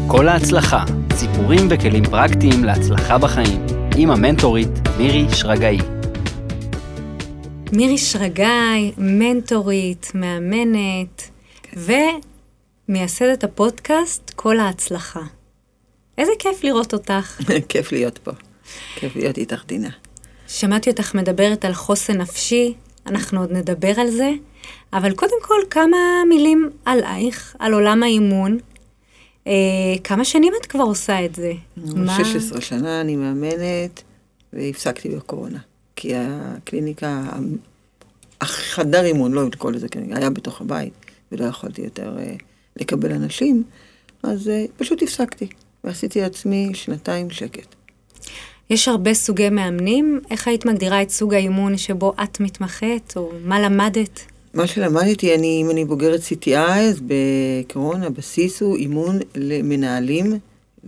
כל ההצלחה, סיפורים וכלים פרקטיים להצלחה בחיים, עם המנטורית מירי שרגאי. מירי שרגאי, מנטורית, מאמנת, ומייסדת הפודקאסט כל ההצלחה. איזה כיף לראות אותך. כיף להיות פה, כיף להיות איתך דינה. שמעתי אותך מדברת על חוסן נפשי, אנחנו עוד נדבר על זה, אבל קודם כל כמה מילים עלייך, על עולם האימון. כמה שנים את כבר עושה את זה? 16 שנה אני מאמנת, והפסקתי בקורונה. כי הקליניקה, החדר אימון, לא כל איזה קליניקה, היה בתוך הבית, ולא יכולתי יותר לקבל אנשים, אז פשוט הפסקתי, ועשיתי לעצמי 2 שקט. יש הרבה סוגי מאמנים, איך היית מגדירה את סוג האימון שבו את מתמחת, או מה למדת? מה שלמדתי, אם אני בוגרת CTI, אז בקורונה, בסיס הוא אימון למנהלים,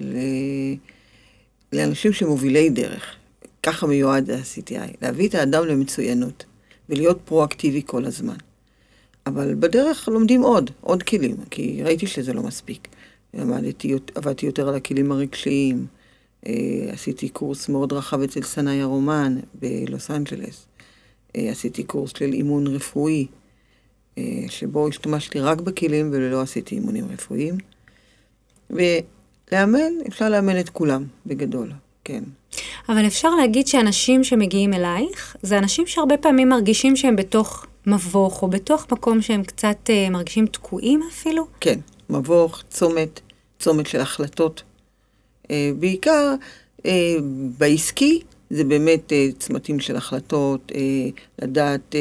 לאנשים שמובילי דרך. ככה מיועד ה-CTI, להביא את האדם למצוינות, ולהיות פרואקטיבי כל הזמן. אבל בדרך לומדים עוד כלים, כי ראיתי שזה לא מספיק. עבדתי יותר על הכלים הרגשיים, עשיתי קורס מאוד רחב אצל סנאי הרומן בלוס אנג'לס, עשיתי קורס של אימון רפואי, שבו השתמשתי רק בכלים ולא עשיתי אימונים רפואיים. ולאמן, אפשר לאמן את כולם בגדול, כן. אבל אפשר להגיד שאנשים שמגיעים אלייך, זה אנשים שהרבה פעמים מרגישים שהם בתוך מבוך, או בתוך מקום שהם קצת מרגישים תקועים אפילו? כן, מבוך, צומת של החלטות. בעיקר בעסקי, זה באמת צמתים של החלטות, לדעת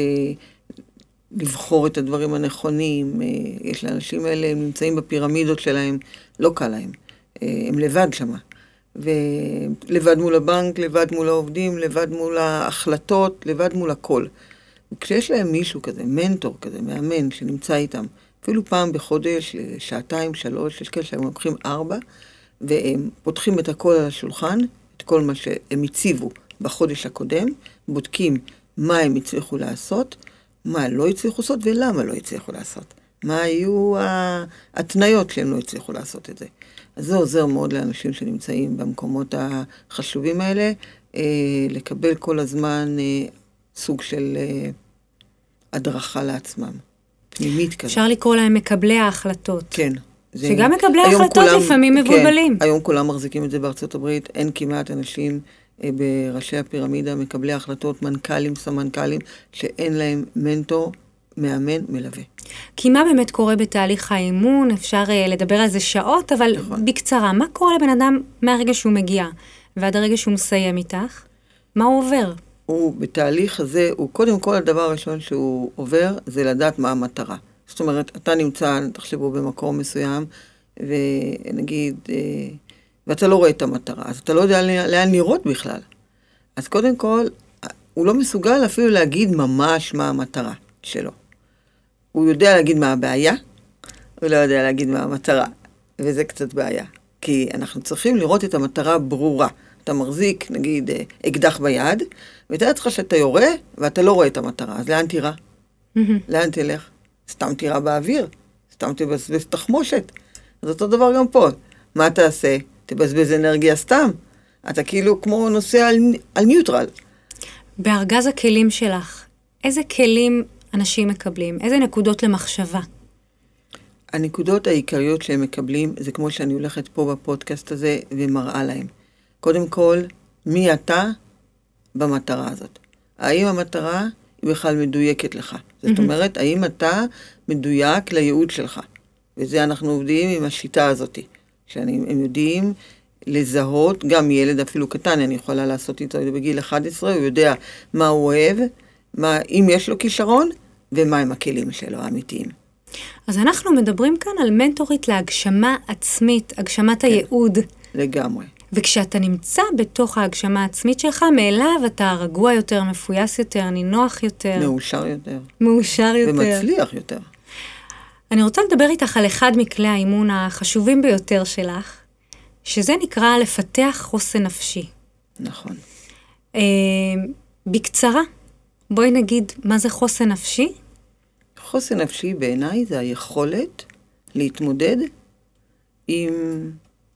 לבחור את הדברים הנכונים. יש לאנשים האלה, הם נמצאים בפירמידות שלהם, לא קל להם. הם לבד שמה. ולבד מול הבנק, לבד מול העובדים, לבד מול ההחלטות, לבד מול הכל. וכשיש להם מישהו כזה, מנטור כזה, מאמן, שנמצא איתם, אפילו פעם בחודש, 2, 3, יש כאלה שהם לוקחים 4, והם פותחים את הכל על השולחן, את כל מה שהם הציבו בחודש הקודם, בודקים מה הם הצליחו לעשות, מה לא הצליחו לעשות ולמה לא הצליחו לעשות. מה היו התניות שהם לא הצליחו לעשות את זה. אז זה עוזר מאוד לאנשים שנמצאים במקומות החשובים האלה, לקבל כל הזמן סוג של הדרכה לעצמם, פנימית כזה. אפשר לקרוא להם מקבלי ההחלטות. כן. שגם מקבלי ההחלטות לפעמים מבולבלים. כן, היום כולם מחזיקים את זה בארצות הברית, אין כמעט אנשים בראשי הפירמידה, מקבלי ההחלטות, מנכ"לים, סמנכ"לים, שאין להם מנטור, מאמן, מלווה. כי מה באמת קורה בתהליך האימון? אפשר לדבר על זה שעות, אבל נכון. בקצרה, מה קורה לבן אדם מהרגע שהוא מגיע ועד הרגע שהוא מסיים איתך? מה הוא עובר? הוא בתהליך הזה, הוא קודם כל הדבר הראשון שהוא עובר, זה לדעת מה המטרה. זאת אומרת, אתה נמצא, תחשבו במקום מסוים, ונגיד, ואתה לא רואה את המטרה, אז אתה לא יודע לאן לראות בכלל. אז קודם כל, הוא לא מסוגל אפילו להגיד ממש מה המטרה שלו. הוא יודע להגיד מה הבעיה, הוא לא יודע להגיד מה המטרה, וזה קצת בעיה. כי אנחנו צריכים לראות את המטרה ברורה. אתה מחזיק, נגיד, אקדח ביד, ואתה צריך שאתה יורה, ואתה לא רואה את המטרה. אז לאן תירה? לאן תלך? סתם תירה באוויר, סתם תבזבז תחמושת. אז אותו דבר גם פה. מה תעשה? תבזבז אנרגיה סתם. אתה כאילו כמו נוסע על ניוטרל. בארגז הכלים שלך, איזה כלים אנשים מקבלים? איזה נקודות למחשבה? הנקודות העיקריות שהם מקבלים, זה כמו שאני הולכת פה בפודקאסט הזה ומראה להם. קודם כל, מי אתה במטרה הזאת? האם המטרה היא בכלל מדויקת לך? זאת אומרת, האם אתה מדויק לייעוד שלך? וזה אנחנו עובדים עם השיטה הזאת, שהם יודעים לזהות, גם ילד אפילו קטן, אני יכולה לעשות איתו בגיל 11, הוא יודע מה הוא אוהב, אם יש לו כישרון, ומה הם הכלים שלו האמיתיים. אז אנחנו מדברים כאן על מנטורית להגשמה עצמית, הגשמת הייעוד. לגמרי. וכשאתה נמצא בתוך ההגשמה העצמית שלך, מאליו אתה רגוע יותר, מפויס יותר, נינוח יותר. מאושר יותר. מאושר יותר. ומצליח יותר. אני רוצה לדבר איתך על אחד מכלי האימון החשובים ביותר שלך, שזה נקרא לפתח חוסן נפשי. נכון. בקצרה, בואי נגיד מה זה חוסן נפשי? חוסן נפשי בעיניי זה היכולת להתמודד עם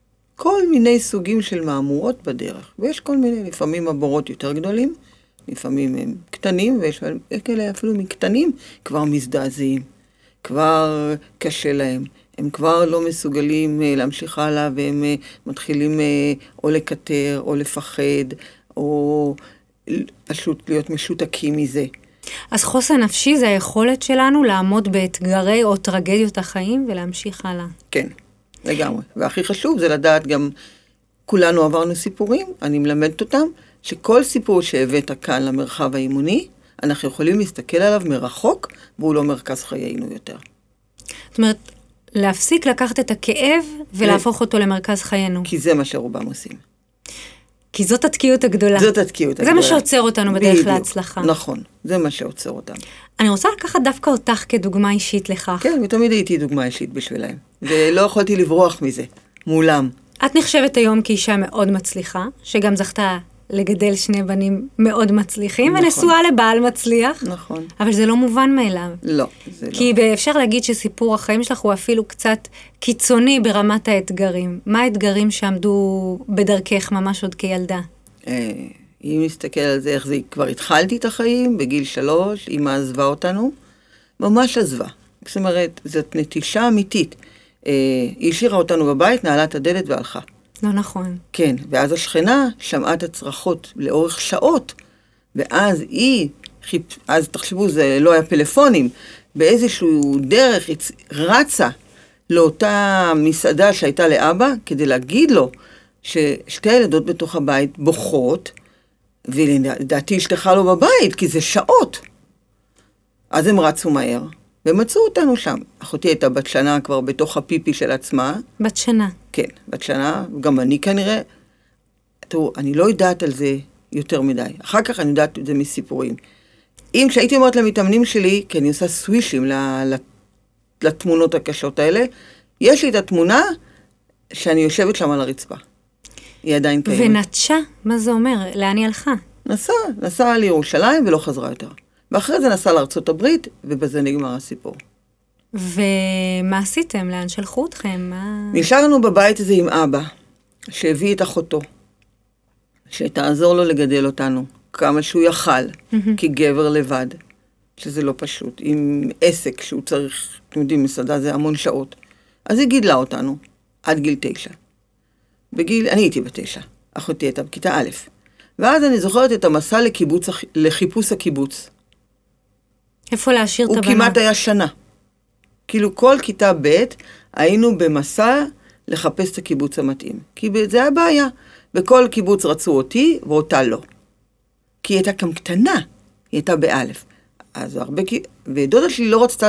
כל מיני סוגים של מהמורות בדרך, ויש כל מיני, לפעמים הבורות יותר גדולים, לפעמים הם קטנים, ויש כאלה אפילו מקטנים כבר מזדעזעים, כבר קשה להם, הם כבר לא מסוגלים להמשיך הלאה, והם מתחילים או לקטר, או לפחד, או פשוט להיות משותקים מזה. אז חוסן נפשי זה היכולת שלנו לעמוד באתגרי או טרגדיות החיים ולהמשיך הלאה. כן, לגמרי. והכי חשוב זה לדעת גם, כולנו עברנו סיפורים, אני מלמדת אותם, שכל סיפור שהבאת כאן למרחב האימוני, אנחנו יכולים להסתכל עליו מרחוק, והוא לא מרכז חיינו יותר. זאת אומרת, להפסיק לקחת את הכאב ולהפוך אותו למרכז חיינו. כי זה מה שרובם עושים. כי זאת התקיעות הגדולה. זאת התקיעות הגדולה. זה מה שעוצר אותנו בדרך להצלחה. נכון, זה מה שעוצר אותנו. אני רוצה לקחת דווקא אותך כדוגמה אישית לכך. כן, ותמיד הייתי דוגמה אישית בשבילהם. ולא יכולתי לברוח מזה, מולם. את נחשבת היום כאישה מאוד מצליחה, שגם זכתה לגדל שני בנים מאוד מצליחים, נכון. ונשואה לבעל מצליח. נכון. אבל זה לא מובן מאליו. לא, זה כי אפשר להגיד שסיפור החיים שלך הוא אפילו קצת קיצוני ברמת האתגרים. מה האתגרים שעמדו בדרכך ממש עוד כילדה? אם נסתכל על זה, איך זה, כבר התחלתי את החיים, בגיל 3, אמא עזבה אותנו, ממש עזבה. זאת אומרת, זאת נטישה אמיתית. היא השאירה אותנו בבית, נעלה את הדלת והלכה. לא נכון. כן, ואז השכנה שמעה את הצרחות לאורך שעות, ואז אז תחשבו, זה לא היה פלאפונים, באיזשהו דרך רצה לאותה מסעדה שהייתה לאבא, כדי להגיד לו ששתי הילדות בתוך הבית בוכות, ולדעתי השתחה לו בבית, כי זה שעות. אז הם רצו מהר, ומצאו אותנו שם. אחותי הייתה בת שנה כבר בתוך הפיפי של עצמה. בת שנה. כן, בת שנה, גם אני כנראה. תראו, אני לא יודעת על זה יותר מדי. אחר כך אני יודעת את זה מסיפורים. אם כשהייתי אומרת למתאמנים שלי, כי אני עושה סווישים לתמונות הקשות האלה, יש לי את התמונה שאני יושבת שם על הרצפה. היא עדיין קיימת. ונטשה? מה זה אומר? לאן היא הלכה? נסעה לירושלים ולא חזרה יותר. ואחרי זה נסעה לארצות הברית, ובזה נגמר הסיפור. ומה עשיתם? לאן שלחו אתכם? נשארנו בבית הזה עם אבא, שהביא את אחותו, שתעזור לו לגדל אותנו, כמה שהוא יכל, כגבר לבד, שזה לא פשוט, עם עסק שהוא צריך, אתם יודעים, מסעדה זה המון שעות. אז היא גידלה אותנו, עד גיל 9. אני הייתי ב9, אחותי הייתה בכיתה א', ואז אני זוכרת את המסע לחיפוש הקיבוץ. איפה להשאיר את הבנות? הוא כמעט היה שנה. כאילו כל כיתה ב' היינו במסע לחפש את הקיבוץ המתאים. כי זה היה בעיה. בכל קיבוץ רצו אותי ואותה לא. כי היא הייתה גם קטנה. היא הייתה באלף. אז ודודה שלי לא רצתה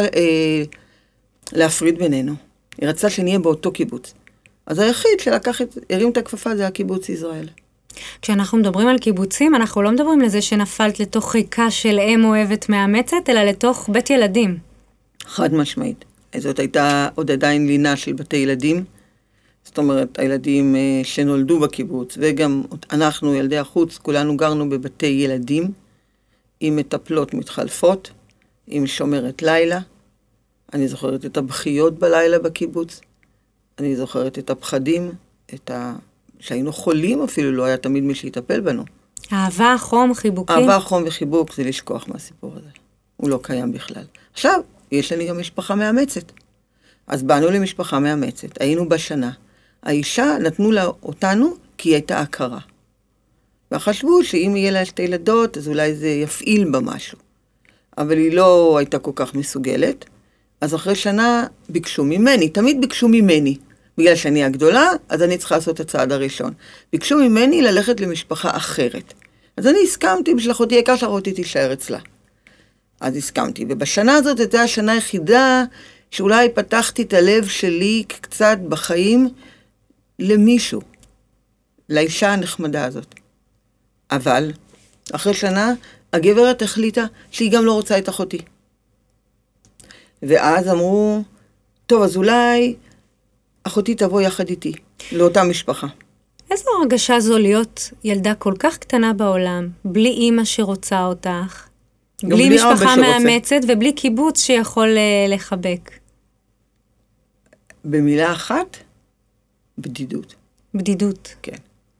להפריד בינינו. היא רצתה שנהיה באותו קיבוץ. אז היחיד הרים את הכפפה זה הקיבוץ ישראל. כשאנחנו מדברים על קיבוצים, אנחנו לא מדברים לזה שנפלת לתוך חיקה של אם אוהבת מאמצת, אלא לתוך בית ילדים. חד משמעית. זאת הייתה עוד עדיין לינה של בתי ילדים. זאת אומרת, הילדים שנולדו בקיבוץ, וגם אנחנו, ילדי החוץ, כולנו גרנו בבתי ילדים, עם מטפלות מתחלפות, עם שומרת לילה. אני זוכרת את הבכיות בלילה בקיבוץ. אני זוכרת את הפחדים, שהיינו חולים אפילו, לא היה תמיד מי שיטפל בנו. אהבה, חום, חיבוקים. אהבה, חום וחיבוק, זה לשכוח מהסיפור הזה. הוא לא קיים בכלל. עכשיו, יש לנו גם משפחה מאמצת. אז באנו למשפחה מאמצת, היינו בשנה. האישה נתנו לה אותנו כי היא הייתה הכרה. וחשבו שאם יהיה לה שתי ילדות, אז אולי זה יפעיל בה משהו. אבל היא לא הייתה כל כך מסוגלת. אז אחרי שנה ביקשו ממני, תמיד ביקשו ממני. בגלל שאני הגדולה, אז אני צריכה לעשות את הצעד הראשון. ביקשו ממני ללכת למשפחה אחרת. אז אני הסכמתי, בשביל אחותי העיקר שאחותי תישאר אצלה. אז הסכמתי, ובשנה הזאת הייתה השנה היחידה שאולי פתחתי את הלב שלי קצת בחיים למישהו, לאישה הנחמדה הזאת. אבל אחרי שנה הגברת החליטה שהיא גם לא רוצה את אחותי. ואז אמרו, טוב, אז אולי אחותי תבוא יחד איתי, לאותה משפחה. איזו הרגשה זו להיות ילדה כל כך קטנה בעולם, בלי אימא שרוצה אותך, בלי משפחה מאמצת ובלי קיבוץ שיכול לחבק? במילה אחת, בדידות. בדידות. כן.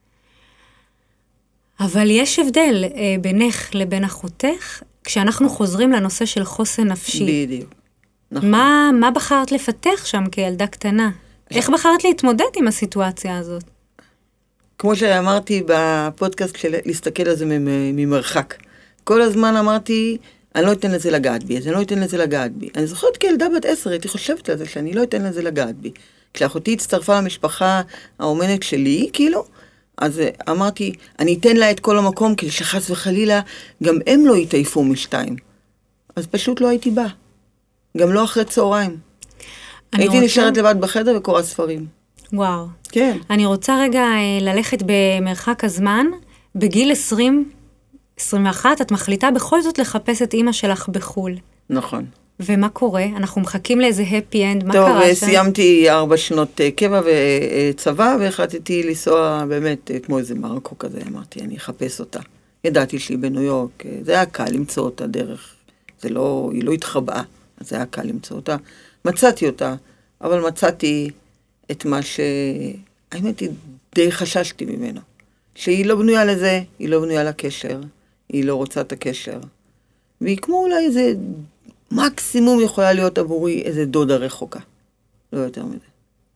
אבל יש הבדל בינך לבין אחותך, כשאנחנו חוזרים לנושא של חוסן נפשי. בדיוק. נכון. מה בחרת לפתח שם כילדה קטנה? איך בחרת להתמודד עם הסיטואציה הזאת? כמו שאמרתי בפודקאסט, להסתכל על זה ממרחק. כל הזמן אמרתי, אני לא אתן לזה לגעת בי, אז אני לא אתן לזה לגעת בי. אני זוכרת כילדה בת 10, הייתי חושבת על זה שאני לא אתן לזה לגעת בי. כשאחותי הצטרפה למשפחה האומנת שלי, כאילו, אז אמרתי, אני אתן לה את כל המקום, כדי שחס וחלילה, גם הם לא יתעיפו משתיים. אז פשוט לא הייתי באה. גם לא אחרי צהריים. הייתי נשארת לבד בחדר וקורא ספרים. וואו. כן. אני רוצה רגע ללכת במרחק הזמן. בגיל 21, את מחליטה בכל זאת לחפש את אמא שלך בחול. נכון. ומה קורה? אנחנו מחכים לאיזה happy end, מה קרה שם? טוב, סיימתי 4 שנות קבע וצבא, והחלטתי לנסוע באמת כמו איזה מרוקו כזה, אמרתי, אני אחפש אותה. ידעתי שהיא בניו יורק, זה היה קל למצוא אותה דרך, היא לא התחבאה, אז זה היה קל למצוא אותה. מצאתי אותה, אבל מצאתי את מה האמת היא, די חששתי ממנו. שהיא לא בנויה לזה, היא לא בנויה לקשר, היא לא רוצה את הקשר. והיא כמו אולי איזה מקסימום יכולה להיות עבורי איזה דודה רחוקה. לא יותר מזה.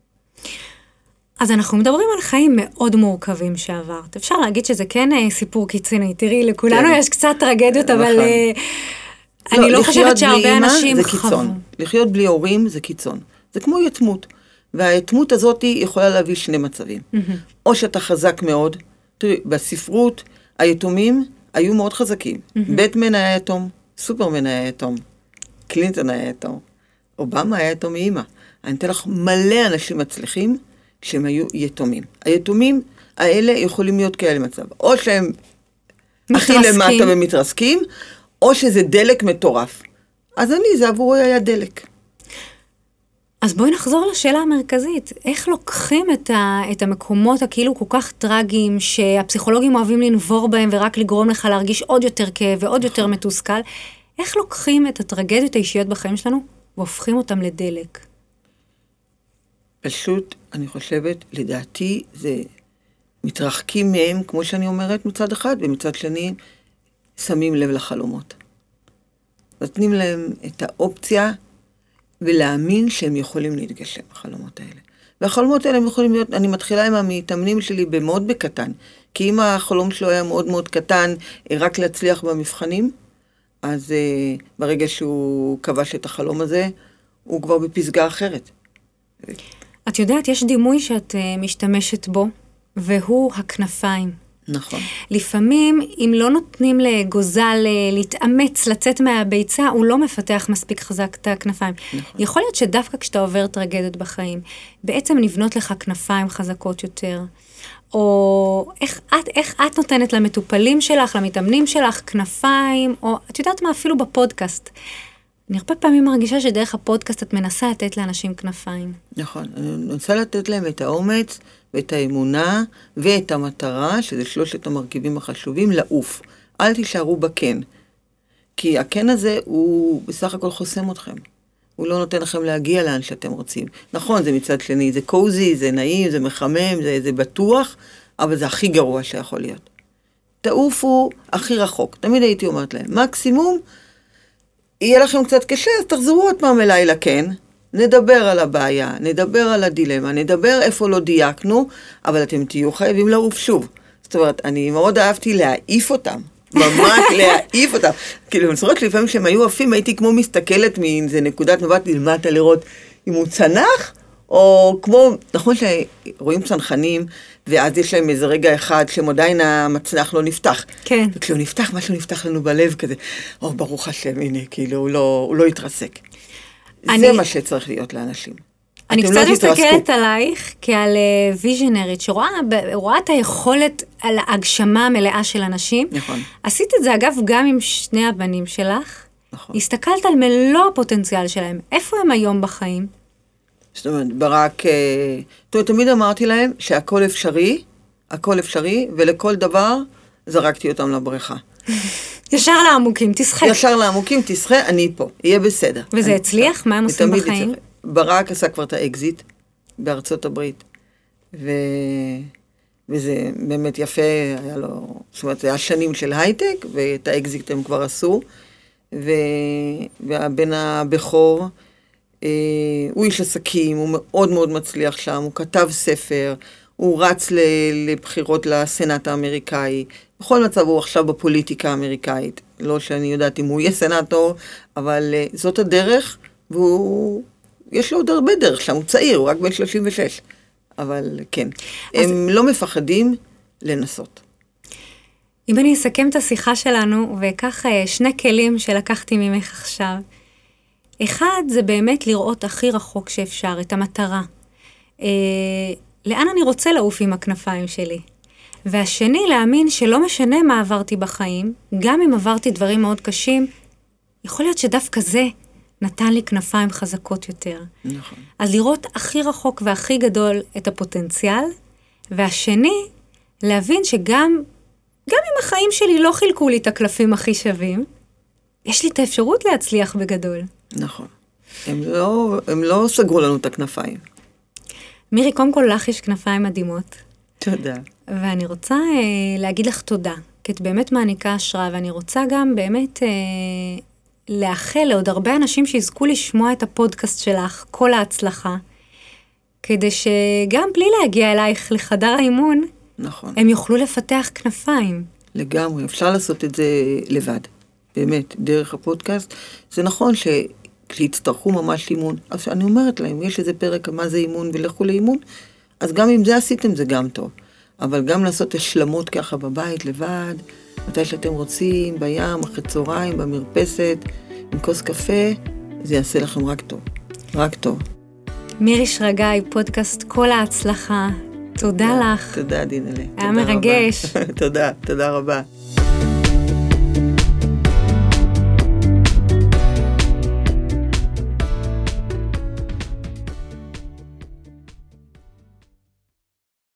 אז אנחנו מדברים על חיים מאוד מורכבים שעברת. אפשר להגיד שזה כן סיפור קיצוני. תראי, לכולנו כן. יש קצת טרגדיות, אבל אני לא חושבת שהרבה אנשים חוו. לחיות בלי הורים זה קיצון. זה כמו יתמות. והיתמות הזאת יכולה להביא 2 מצבים. או שאתה חזק מאוד. תראי, בספרות היתומים היו מאוד חזקים. בטמן היה יתום, סופרמן היה יתום, קלינטון היה יתום, אובמה היה יתום מאמא. אני אתן לך מלא אנשים מצליחים שהם היו יתומים. היתומים האלה יכולים להיות כאלה מצב. או שהם הכי למטה ומתרסקים, או שזה דלק מטורף. אז זה עבורי היה דלק. אז בואי נחזור לשאלה המרכזית. איך לוקחים את המקומות הכאילו כל כך טרגיים, שהפסיכולוגים אוהבים לנבור בהם ורק לגרום לך להרגיש עוד יותר כאב ועוד יותר מתוסכל, איך לוקחים את הטרגדיות האישיות בחיים שלנו והופכים אותם לדלק? פשוט, אני חושבת, לדעתי, זה מתרחקים מהם, כמו שאני אומרת, מצד אחד, ומצד שני, שמים לב לחלומות. נותנים להם את האופציה ולהאמין שהם יכולים להתגשם, החלומות האלה. והחלומות האלה הם יכולים להיות, אני מתחילה עם המתאמנים שלי במאוד בקטן, כי אם החלום שלו היה מאוד מאוד קטן, רק להצליח במבחנים, אז ברגע שהוא כבש את החלום הזה, הוא כבר בפסגה אחרת. את יודעת, יש דימוי שאת משתמשת בו, והוא הכנפיים. נכון. לפעמים, אם לא נותנים לגוזל להתאמץ, לצאת מהביצה, הוא לא מפתח מספיק חזק את הכנפיים. נכון. יכול להיות שדווקא כשאתה עובר טרגדיות בחיים, בעצם נבנות לך כנפיים חזקות יותר. או איך את נותנת למטופלים שלך, למתאמנים שלך, כנפיים, או את יודעת מה, אפילו בפודקאסט. אני הרבה פעמים מרגישה שדרך הפודקאסט את מנסה לתת לאנשים כנפיים. נכון, אני מנסה לתת להם את האומץ ואת האמונה ואת המטרה, שזה 3 המרכיבים החשובים, לעוף. אל תישארו בכן. כי הכן הזה הוא בסך הכל חוסם אתכם. הוא לא נותן לכם להגיע לאן שאתם רוצים. נכון, זה מצד שני, זה קוזי, זה נעים, זה מחמם, זה בטוח, אבל זה הכי גרוע שיכול להיות. תעופו הכי רחוק. תמיד הייתי אומרת להם, מקסימום, יהיה לכם קצת קשה, אז תחזרו עוד פעם אליי לכן, נדבר על הבעיה, נדבר על הדילמה, נדבר איפה לא דייקנו, אבל אתם תהיו חייבים לעוף שוב. זאת אומרת, אני מאוד אהבתי להעיף אותם, ממש להעיף אותם. כאילו, בצורות שלפעמים שהם היו עפים, הייתי כמו מסתכלת מאיזה נקודת מבט למטה לראות אם הוא צנח, או כמו, נכון שרואים צנחנים, ואז יש להם איזה רגע אחד שהם עדיין המצנח לא נפתח. כן. וכשהוא נפתח, משהו נפתח לנו בלב כזה, ברוך השם, הנה, כאילו, הוא לא יתרסק. זה מה שצריך להיות לאנשים. אני קצת מסתכלת עלייך כעל ויז'נרית, שרואה את היכולת על ההגשמה המלאה של אנשים. נכון. עשית את זה, אגב, גם עם 2 הבנים שלך. נכון. הסתכלת על מלוא הפוטנציאל שלהם. איפה הם היום בחיים? זאת אומרת, ברק, תמיד אמרתי להם שהכל אפשרי, הכל אפשרי, ולכל דבר זרקתי אותם לבריכה. ישר לעמוקים, תשחה. ישר לעמוקים, תשחה, אני פה, יהיה בסדר. וזה הצליח? מה הם עושים בחיים? ברק עשה כבר את האקזיט בארצות הברית. וזה באמת יפה, היה לו, זאת אומרת, זה היה שנים של הייטק, ואת האקזיט הם כבר עשו, והבן הבכור, הוא איש עסקים, הוא מאוד מאוד מצליח שם, הוא כתב ספר, הוא רץ לבחירות לסנאט האמריקאי, בכל מצב הוא עכשיו בפוליטיקה האמריקאית, לא שאני יודעת אם הוא יהיה סנאטור, אבל זאת הדרך, יש לו עוד הרבה דרך שם, הוא צעיר, הוא רק בן 36, אבל כן, הם לא מפחדים לנסות. אם אני אסכם את השיחה שלנו, ואקח שני כלים שלקחתי ממך עכשיו, אחד זה באמת לראות הכי רחוק שאפשר, את המטרה. לאן אני רוצה לעוף עם הכנפיים שלי? והשני, להאמין שלא משנה מה עברתי בחיים, גם אם עברתי דברים מאוד קשים, יכול להיות שדווקא זה נתן לי כנפיים חזקות יותר. נכון. אז לראות הכי רחוק והכי גדול את הפוטנציאל, והשני, להבין שגם אם החיים שלי לא חילקו לי את הקלפים הכי שווים, יש לי את האפשרות להצליח בגדול. נכון. הם לא סגרו לנו את הכנפיים. מירי, קודם כל לך יש כנפיים מדהימות. תודה. ואני רוצה להגיד לך תודה, כי את באמת מעניקה השראה, ואני רוצה גם באמת לאחל לעוד הרבה אנשים שיזכו לשמוע את הפודקאסט שלך, כל ההצלחה, כדי שגם בלי להגיע אלייך לחדר האימון, נכון. הם יוכלו לפתח כנפיים. לגמרי, אפשר לעשות את זה לבד. באמת, דרך הפודקאסט. זה נכון כשיצטרכו ממש אימון, אז אני אומרת להם, יש איזה פרק מה זה אימון ולכו לאימון, אז גם אם זה עשיתם זה גם טוב. אבל גם לעשות השלמות ככה בבית לבד, מתי שאתם רוצים, בים, אחרי צהריים, במרפסת, עם כוס קפה, זה יעשה לכם רק טוב. רק טוב. מירי שרגאי, פודקאסט כל ההצלחה. תודה לך. תודה, דינלה. היה מרגש. תודה, תודה רבה.